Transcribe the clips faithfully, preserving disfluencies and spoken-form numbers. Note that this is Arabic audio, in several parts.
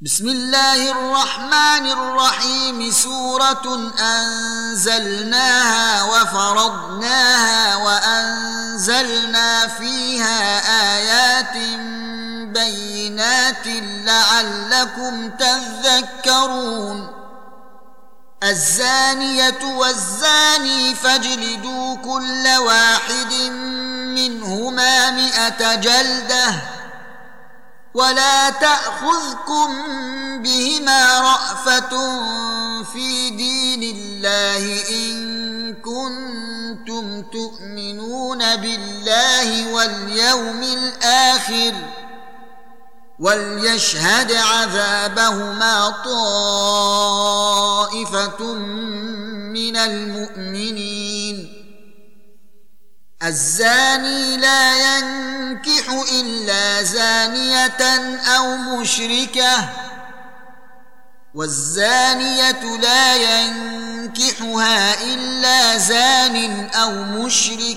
بسم الله الرحمن الرحيم. سورة أنزلناها وفرضناها وأنزلنا فيها آيات بينات لعلكم تذكرون. الزانية والزاني فاجلدوا كل واحد منهما مئة جلدة ولا تأخذكم بهما رأفة في دين الله إن كنتم تؤمنون بالله واليوم الآخر وليشهد عذابهما طائفة من المؤمنين. الزاني لا ينكح إلا زانية أو مشركة والزانية لا ينكحها إلا زان أو مشرك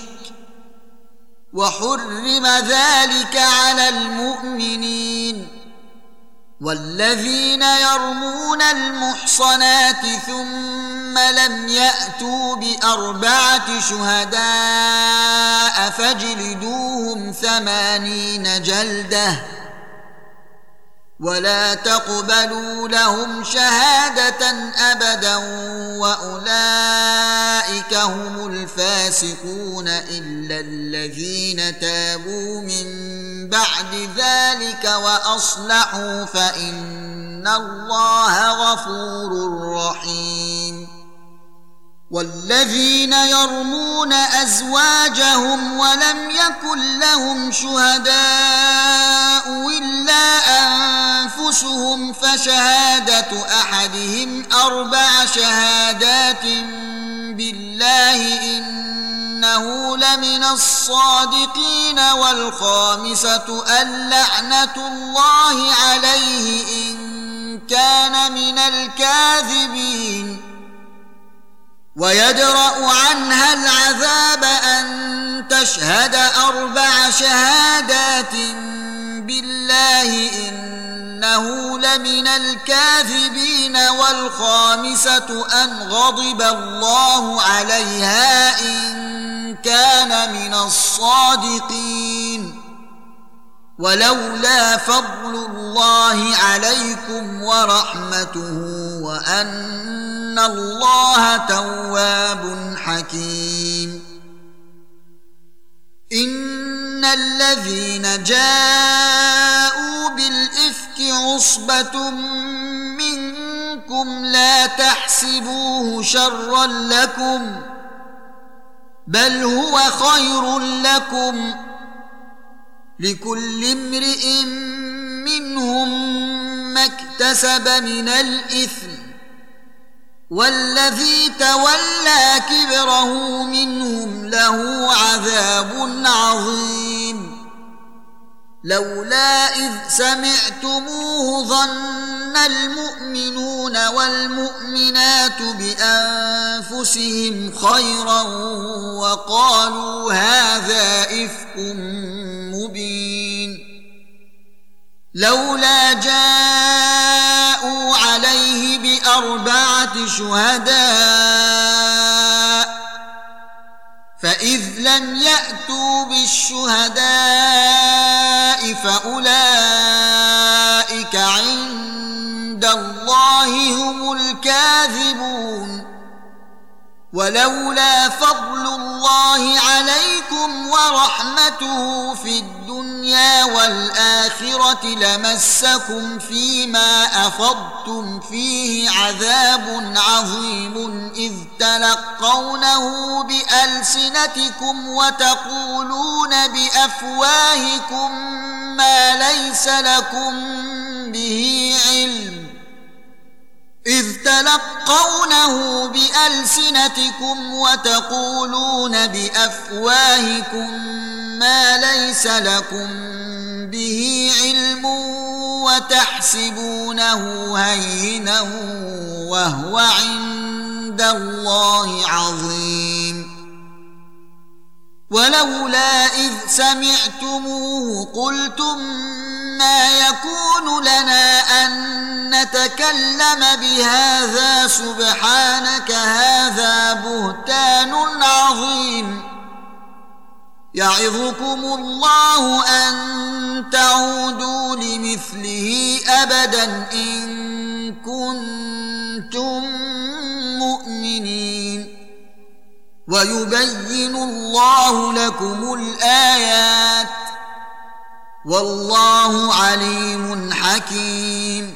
وحرم ذلك على المؤمنين. والذين يرمون المحصنات ثم لم يأتوا بأربعة شهداء فاجلدوهم ثمانين جلدة ولا تقبلوا لهم شهادة أبدا وأولئك هم الفاسقون إلا الذين تابوا من بعد ذلك وأصلحوا فإن الله غفور رحيم. والذين يرمون أزواجهم ولم يكن لهم شهداء إلا أنفسهم فشهادة أحدهم أربع شهادات بالله إنه لمن الصادقين والخامسة اللعنة الله عليه إن كان من الكاذبين. ويدرأ عنها العذاب أن تشهد أربع شهادات بالله إنه لمن الكاذبين والخامسة أن غضب الله عليها إن كان من الصادقين. ولولا فضل الله عليكم ورحمته وأن الله تواب حكيم. إن الذين جاءوا بالإفك عصبة منكم لا تحسبوه شرا لكم بل هو خير لكم لكل امرئ منهم ما اكتسب من الإثم والذي تولى كبره منهم له عذاب عظيم. لولا إذ سمعتموه ظن المؤمنون والمؤمنات بأنفسهم خيرا وقالوا هذا إفك مبين. لولا جاءوا عليه بأربعة شهداء فإذ لم يأتوا بالشهداء فأولئك عند الله هم الكاذبون. ولولا فضل الله عليكم ورحمته في الدنيا والآخرة لمسكم فيما أفضتم فيه عذاب عظيم إذ تلقونه بألسنتكم وتقولون بأفواهكم ما ليس لكم به علم إذ تلقونه بألسنتكم وتقولون بأفواهكم ما ليس لكم به علم وتحسبونه هينا وهو عند الله عظيم. ولولا إذ سمعتموه قلتم ما يكون لنا أن تكلم بهذا سبحانك هذا بهتان عظيم يعظكم الله أن تعودوا لمثله أبدا إن كنتم مؤمنين ويبين الله لكم الآيات والله عليم حكيم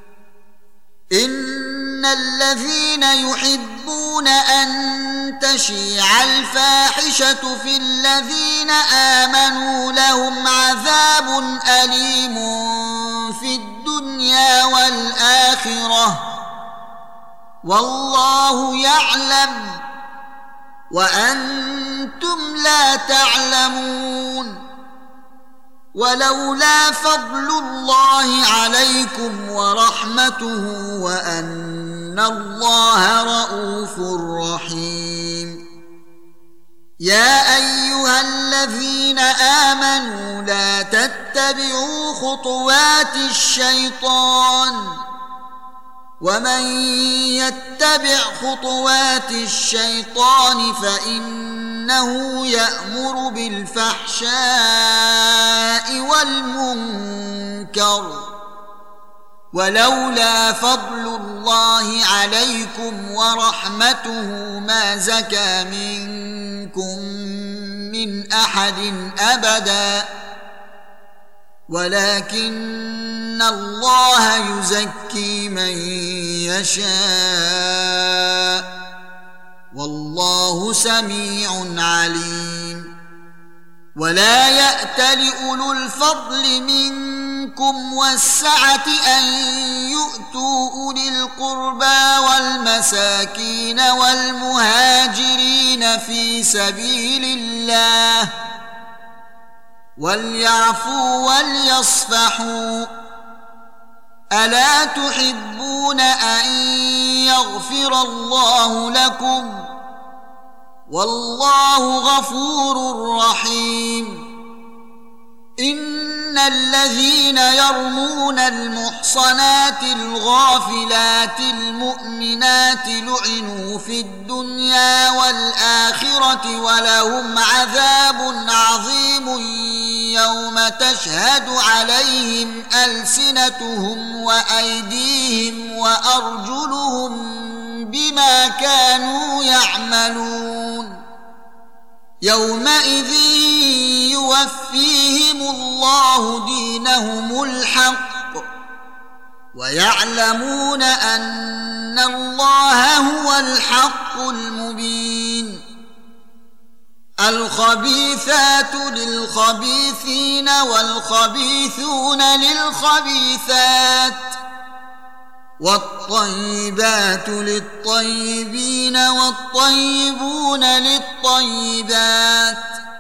إن الذين يحبون أن تشيع الفاحشة في الذين آمنوا لهم عذاب أليم في الدنيا والآخرة والله يعلم وأنتم لا تعلمون ولولا فضل الله عليكم ورحمته وأن الله رؤوف رحيم يا أيها الذين آمنوا لا تتبعوا خطوات الشيطان ومن يتبع خطوات الشيطان فإنه يأمر بالفحشاء والمنكر ولولا فضل الله عليكم ورحمته ما زكى منكم من أحد أبدا ولكن الله يزكي من يشاء والله سميع عليم ولا يأتل أولو الفضل منكم والسعة أن يؤتوا أولي القربى والمساكين والمهاجرين في سبيل الله وليعفوا وليصفحوا ألا تحبون أن يغفر الله لكم والله غفور رحيم إن الذين يرمون المحصنات الغافلات المؤمنات لعنوا في الدنيا والآخرة ولهم عذاب عظيم يوم تشهد عليهم ألسنتهم وأيديهم وأرجلهم بما كانوا يعملون يومئذ يوفيهم الله دينهم الحق ويعلمون أن الله هو الحق المبين الخبيثات للخبيثين والخبيثون للخبيثات والطيبات للطيبين والطيبون للطيبات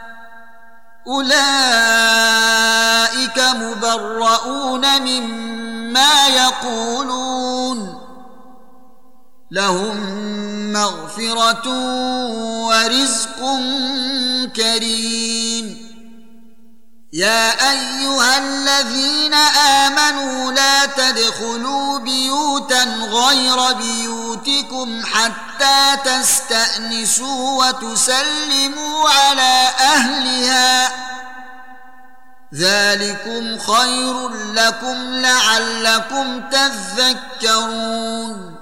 أولئك مبرؤون مما يقولون لهم مغفرة ورزق كريم يا أيها الذين آمنوا لا تدخلوا بيوتا غير بيوتكم حتى تستأنسوا وتسلموا على أهلها ذلكم خير لكم لعلكم تذكرون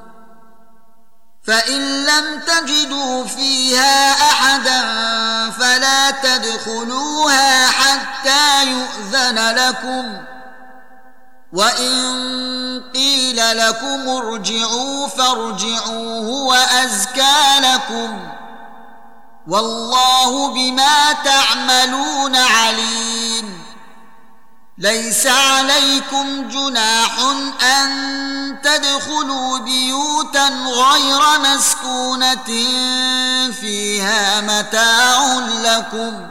فإن لم تجدوا فيها أحدا فلا تدخلوها حتى يؤذن لكم وإن قيل لكم ارجعوا فارجعوا هو أزكى لكم والله بما تعملون عليم ليس عليكم جناح أن تدخلوا بيوتا غير مسكونة فيها متاع لكم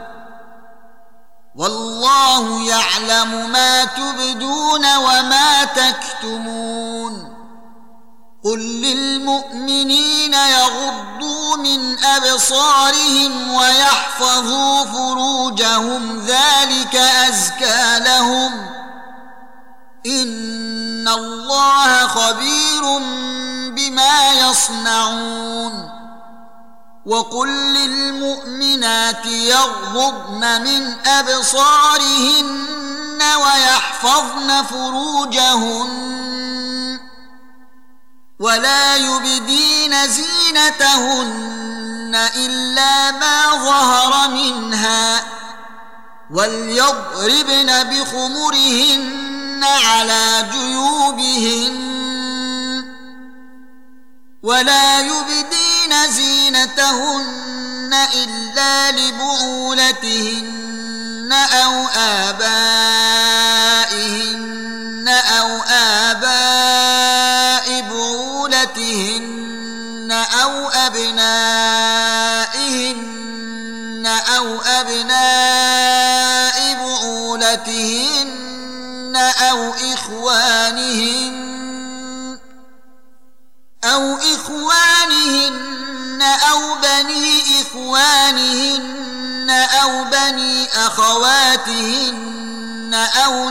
والله يعلم ما تبدون وما تكتمون قل للمؤمنين يغضوا من أبصارهم ويحفظوا فروجهم ذلك أزكى لهم إن الله خبير بما يصنعون وقل للمؤمنات يغضضن من أبصارهن ويحفظن فروجهن ولا يبدين زينتهن إلا ما ظهر منها وليضربن بخمرهن على جيوبهن ولا يبدين زينتهن إلا لبعولتهن أو آبائهن أو آباء بعولتهن أو أبنائهن أو أبناء بعولتهن أو إخوانهن أو إخوانهن أو بني إخوانهن أو بني أخواتهن أو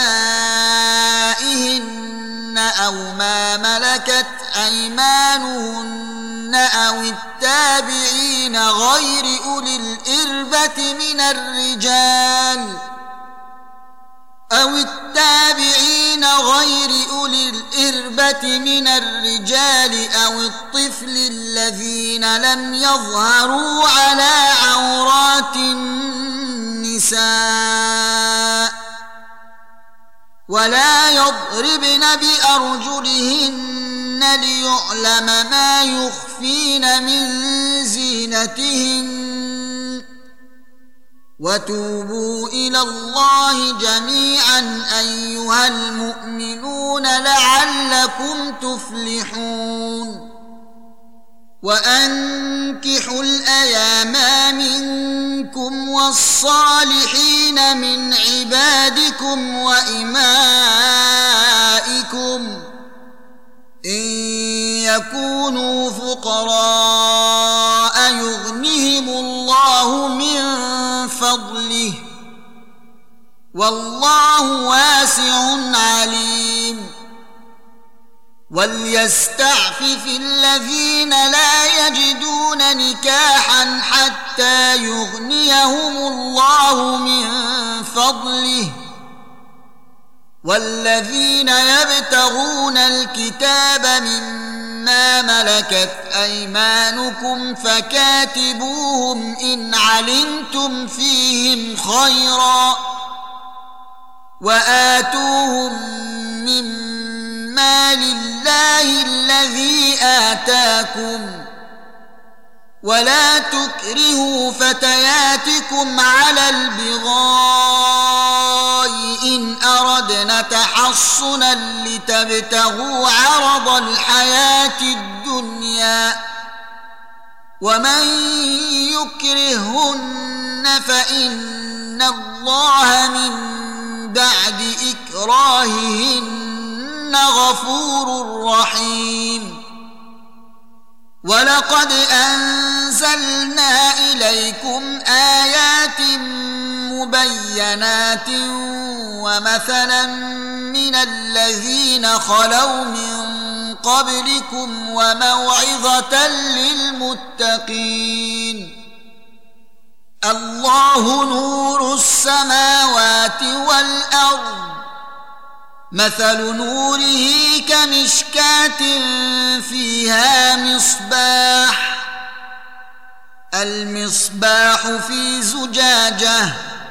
نسائهن أو ما ملكت أيمانهن أو التابعين غير أولي الإربة من الرجال أو التابعين غير أولي الإربة من الرجال أو الطفل الذين لم يظهروا على عورات النساء ولا يضربن بأرجلهن ليعلم ما يخفين من زينتهن وتوبوا إلى الله جميعا أيها المؤمنون لعلكم تفلحون وأنكحوا الأيام منكم والصالحين من عبادكم وإمائكم إن يكونوا فقراء يغنهم الله من فضله والله واسع عليم وليستعفف الذين لا يجدون نكاحا حتى يغنيهم الله من فضله والذين يبتغون الكتاب مما ملكت أيمانكم فكاتبوهم إن علمتم فيهم خيرا وآتوهم مما لله الذي آتاكم ولا تكرهوا فتياتكم على البغاء إن أردنا تحصنا لتبتغوا عرض الحياة الدنيا ومن يكرهن فإن الله من بعد إكراههن غفور رحيم ولقد أنزلنا إليكم آيات مبينات ومثلا من الذين خلوا من قبلكم وموعظة للمتقين الله نور السماوات والأرض مثل نوره كمشكاة فيها مصباح المصباح في زجاجة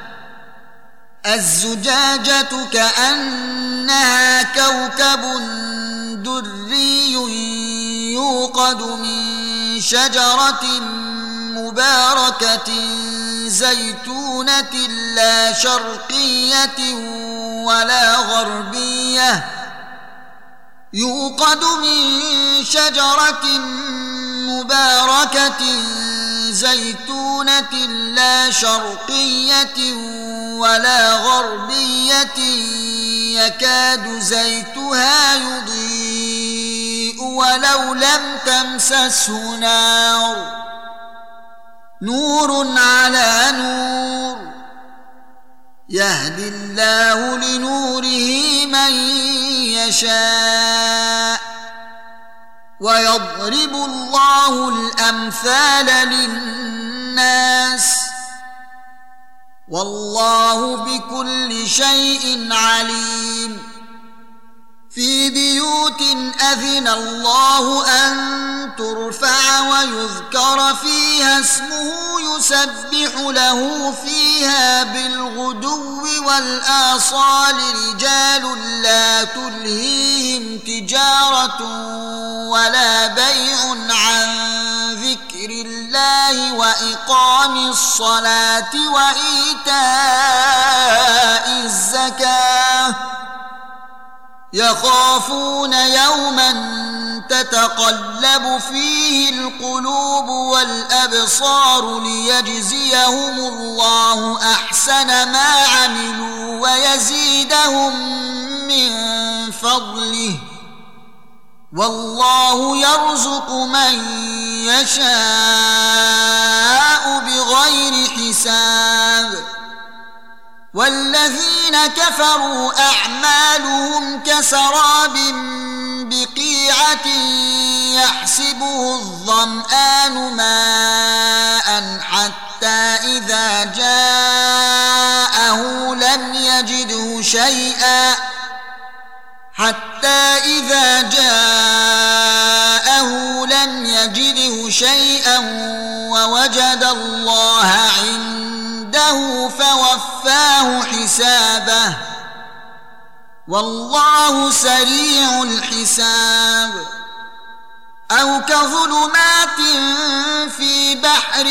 الزجاجة كأنها كوكب دري يوقد من شجرة مباركة زيتونة لا شرقية ولا غربية يوقد من شجرة مباركة زيتونة لا شرقية ولا غربية يكاد زيتها يضيء ولو لم تمسسه نار نور على نور يهدي الله لنوره من يشاء ويضرب الله الأمثال للناس والله بكل شيء عليم. في بيوت أذن الله أن ترفع ويذكر فيها اسمه يسبح له فيها بالغدو والآصال رجال لا تلهيهم تجارة ولا بيع عن ذكر الله وإقام الصلاة وإيتاء الزكاة يخافون يوما تتقلب فيه القلوب والأبصار ليجزيهم الله أحسن ما عملوا ويزيدهم من فضله والله يرزق من يشاء بغير حساب. والذين كفروا أعمالهم كسراب بقيعة يحسبه الظمآن ماء حتى إذا جاءه لم يجده شيئا حتى إذا جاءه لم يجده شيئا ووجد الله عنده فوفاه حسابه والله سريع الحساب. أو كظلمات في بحر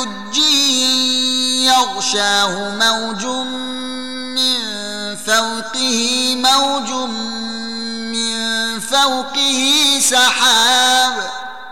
لجي يغشاه موج من فوقه موج من فوقه سحاب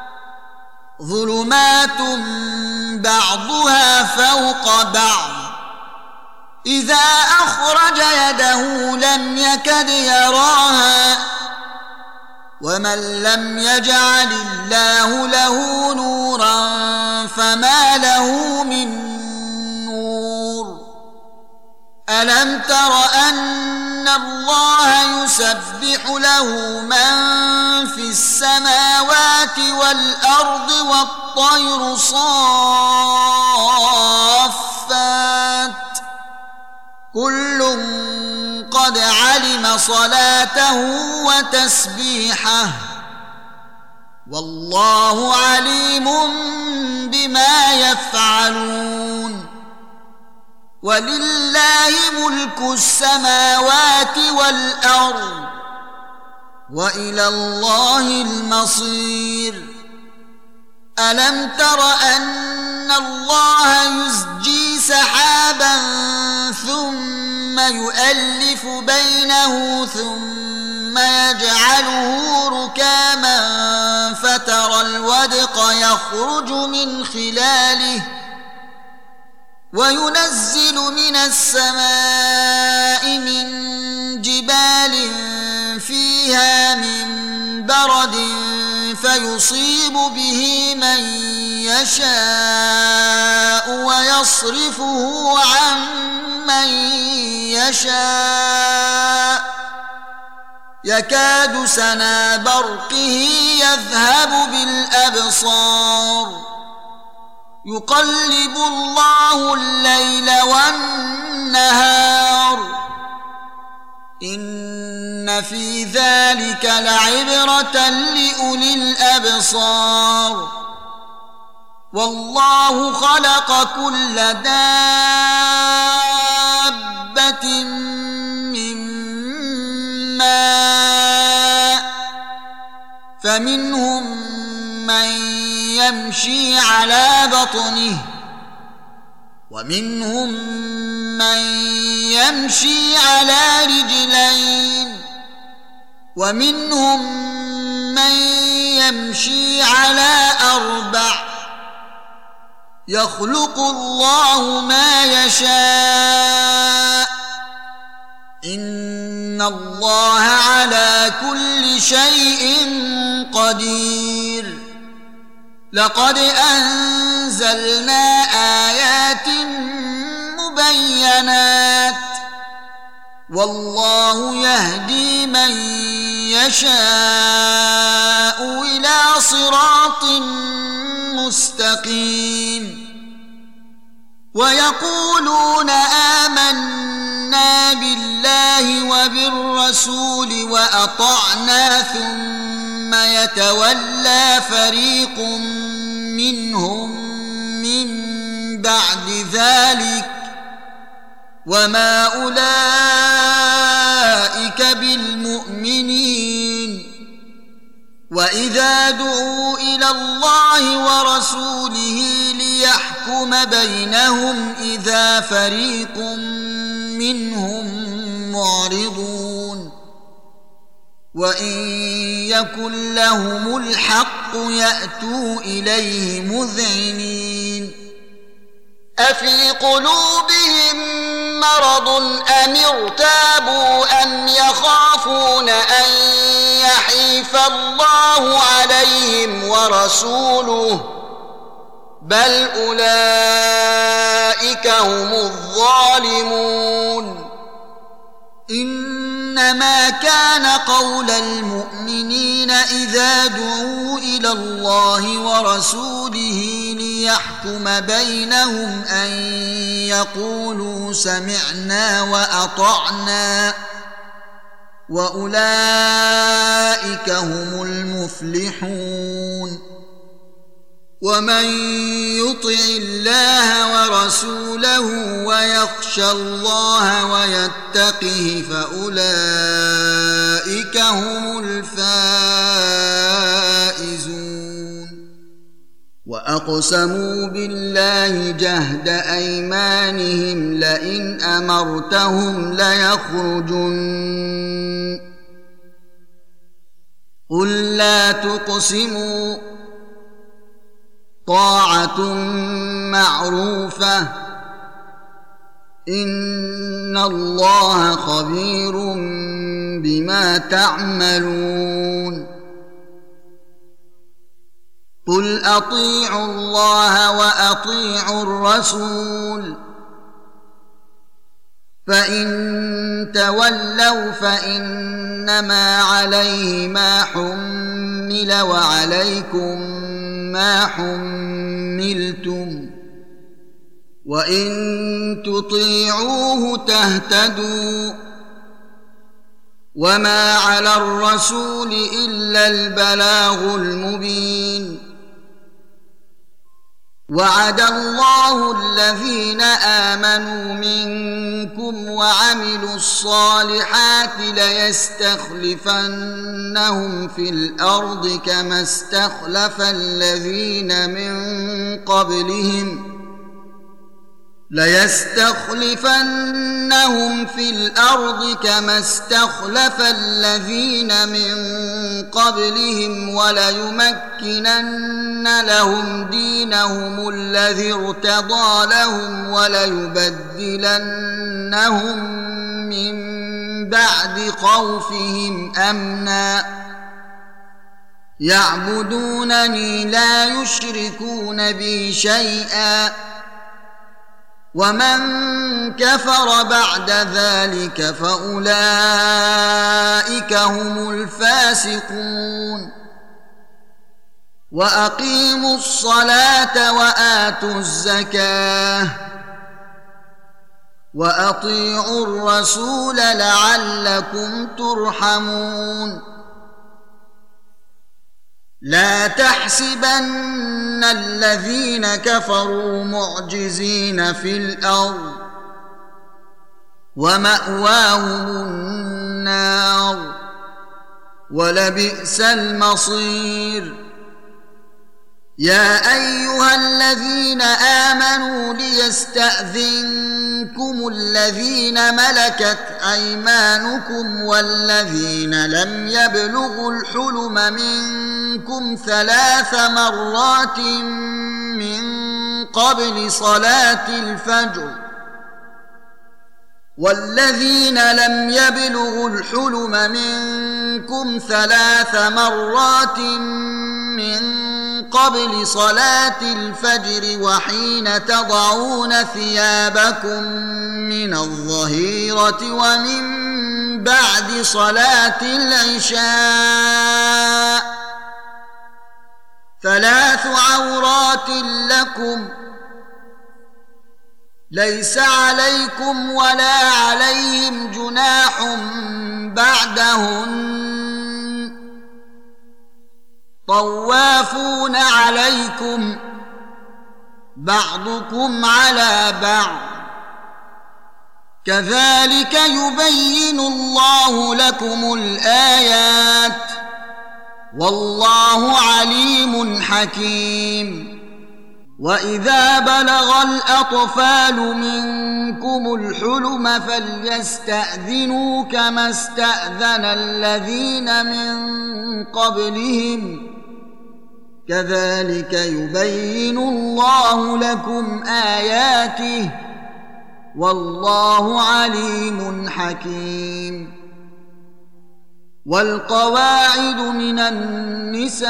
ظلمات بعضها فوق بعض إذا أخرج يده لم يكد يراها ومن لم يجعل الله له نورا فما له من نور. ألم تر أن الله يسبح له من في السماوات والأرض والطير صافات كل قد علم صلاته وتسبيحه والله عليم بما يفعلون. ولله ملك السماوات والأرض وإلى الله المصير. ألم تر أن الله يزجي سحابا ثم يؤلف بينه ثم يجعله ركاما فترى الودق يخرج من خلاله وينزل من السماء من جبال فيها من برد فيصيب به من يشاء ويصرفه عن من يشاء يكاد سنا برقه يذهب بالأبصار يقلب الله الليل والنهار إن في ذلك لعبرة لأولي الأبصار. والله خلق كل دابة من ماء فمنهم من يمشي على بطنه ومنهم من يمشي على رجلين ومنهم من يمشي على أربع يخلق الله ما يشاء إن الله على كل شيء قدير. لقد أنزلنا آيات مبينات والله يهدي من يشاء إلى صراط مستقيم ويقولون آمنا بالله وبالرسول وأطعنا ثم يتولى فريق منهم من بعد ذلك وما أولئك بالمؤمنين وإذا دعوا إلى الله ورسوله ليحكم بينهم إذا فريق منهم معرضون وإن يكن لهم الحق يأتوا إليه مذعنين أفي قلوبهم مرض أم ارتابوا أم يخافون أن يحيف الله عليهم ورسوله بل أولئك هم الظالمون إنما كان قول المؤمنين إذا دعوا إلى الله ورسوله ليحكم بينهم أن يقولوا سمعنا وأطعنا وأولئك هم المفلحون ومن يطع الله ورسوله ويخشى الله ويتقه فأولئك هم الفائزون وأقسموا بالله جهد أيمانهم لئن أمرتهم ليخرجن قل لا تقسموا طاعة معروفة إن الله خبير بما تعملون قل أطيعوا الله وأطيعوا الرسول فإن تولوا فإنما عليه ما حمل وعليكم ما حملتم وإن تطيعوه تهتدوا وما على الرسول إلا البلاغ المبين وعد الله الذين آمنوا منكم وعملوا الصالحات ليستخلفنهم في الأرض كما استخلف الذين من قبلهم ليستخلفنهم في الأرض كما استخلف الذين من قبلهم وليمكنن لهم دينهم الذي ارتضى لهم وليبدلنهم من بعد خوفهم أمنا يعبدونني لا يشركون بي شيئا ومن كفر بعد ذلك فأولئك هم الفاسقون وأقيموا الصلاة وآتوا الزكاة وأطيعوا الرسول لعلكم ترحمون لا تحسبن الذين كفروا معجزين في الأرض ومأواهم النار ولبئس المصير يا أيها الذين آمنوا ليستأذنكم الذين ملكت أيمانكم والذين لم يبلغوا الحلم منكم ثلاث مرات من قبل صلاة الفجر والذين لم يبلغوا الحلم منكم ثلاث مرات من قبل صلاة الفجر وحين تضعون ثيابكم من الظهيرة ومن بعد صلاة العشاء ثلاث عورات لكم ليس عليكم ولا عليهم جناح بعدهن طوافون عليكم بعضكم على بعض كذلك يبين الله لكم الآيات والله عليم حكيم. وإذا بلغ الأطفال منكم الحلم فليستأذنوا كما استأذن الذين من قبلهم كذلك يبين الله لكم آياته والله عليم حكيم. والقواعد من النساء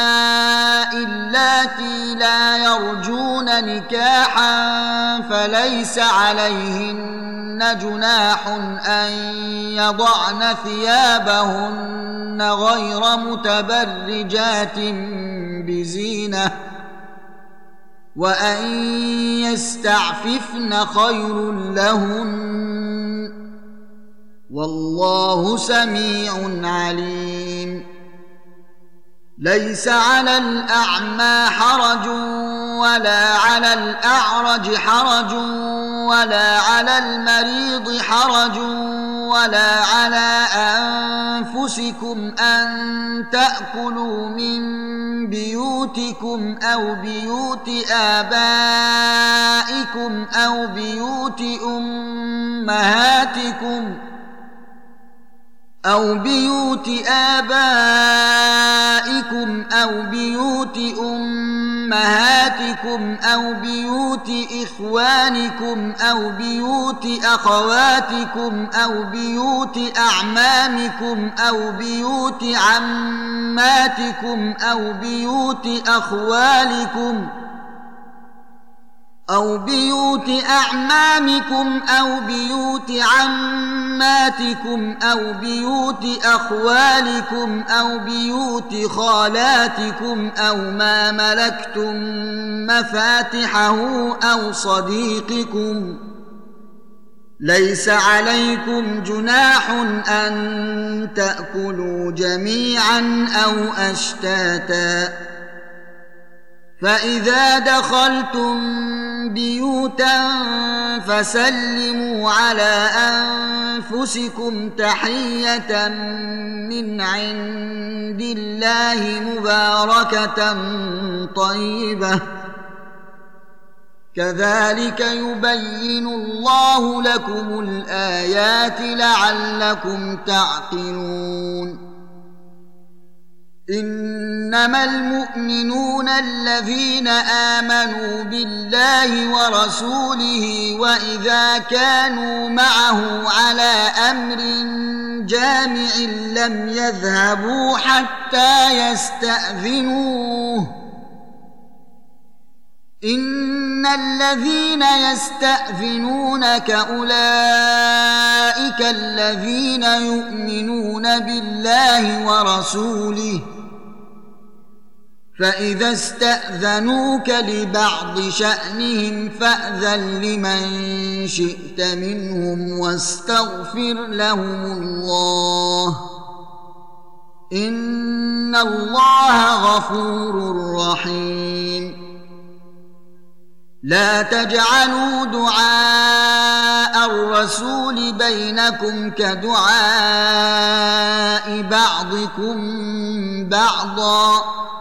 اللاتي لا يرجون نكاحا فليس عليهن جناح أن يضعن ثيابهن غير متبرجات بزينة وأن يستعففن خير لهن والله سميع عليم. ليس على الأعمى حرج ولا على الأعرج حرج ولا على المريض حرج ولا على أنفسكم أن تأكلوا من بيوتكم أو بيوت آبائكم أو بيوت أمهاتكم أو بيوت آبائكم أو بيوت أمهاتكم أو بيوت إخوانكم أو بيوت أخواتكم أو بيوت أعمامكم أو بيوت عماتكم أو بيوت أخوالكم أو بيوت أعمامكم أو بيوت عماتكم أو بيوت أخوالكم أو بيوت خالاتكم أو ما ملكتم مفاتحه أو صديقكم ليس عليكم جناح أن تأكلوا جميعا أو أشتاتا. فإذا دخلتم بيوتا فسلموا على أنفسكم تحية من عند الله مباركة طيبة كذلك يبين الله لكم الآيات لعلكم تعقلون. إنما المؤمنون الذين آمنوا بالله ورسوله وإذا كانوا معه على أمر جامع لم يذهبوا حتى يستأذنوه إن الذين يستأذنونك أولئك الذين يؤمنون بالله ورسوله فإذا استأذنوك لبعض شأنهم فأذن لمن شئت منهم واستغفر لهم الله إن الله غفور رحيم. لا تجعلوا دعاء الرسول بينكم كدعاء بعضكم بعضا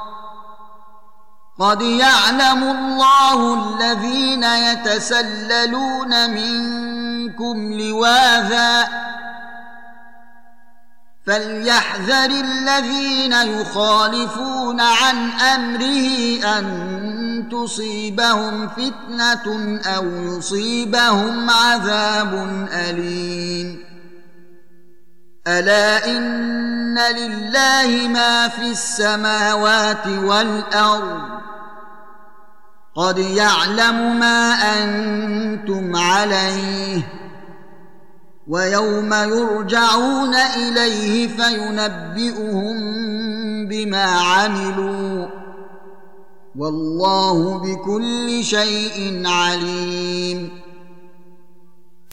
قد يعلم الله الذين يتسللون منكم لواذا فليحذر الذين يخالفون عن أمره أن تصيبهم فتنة أو يصيبهم عذاب أليم. ألا إن لله ما في السماوات والأرض قد يعلم ما أنتم عليه ويوم يرجعون إليه فينبئهم بما عملوا والله بكل شيء عليم.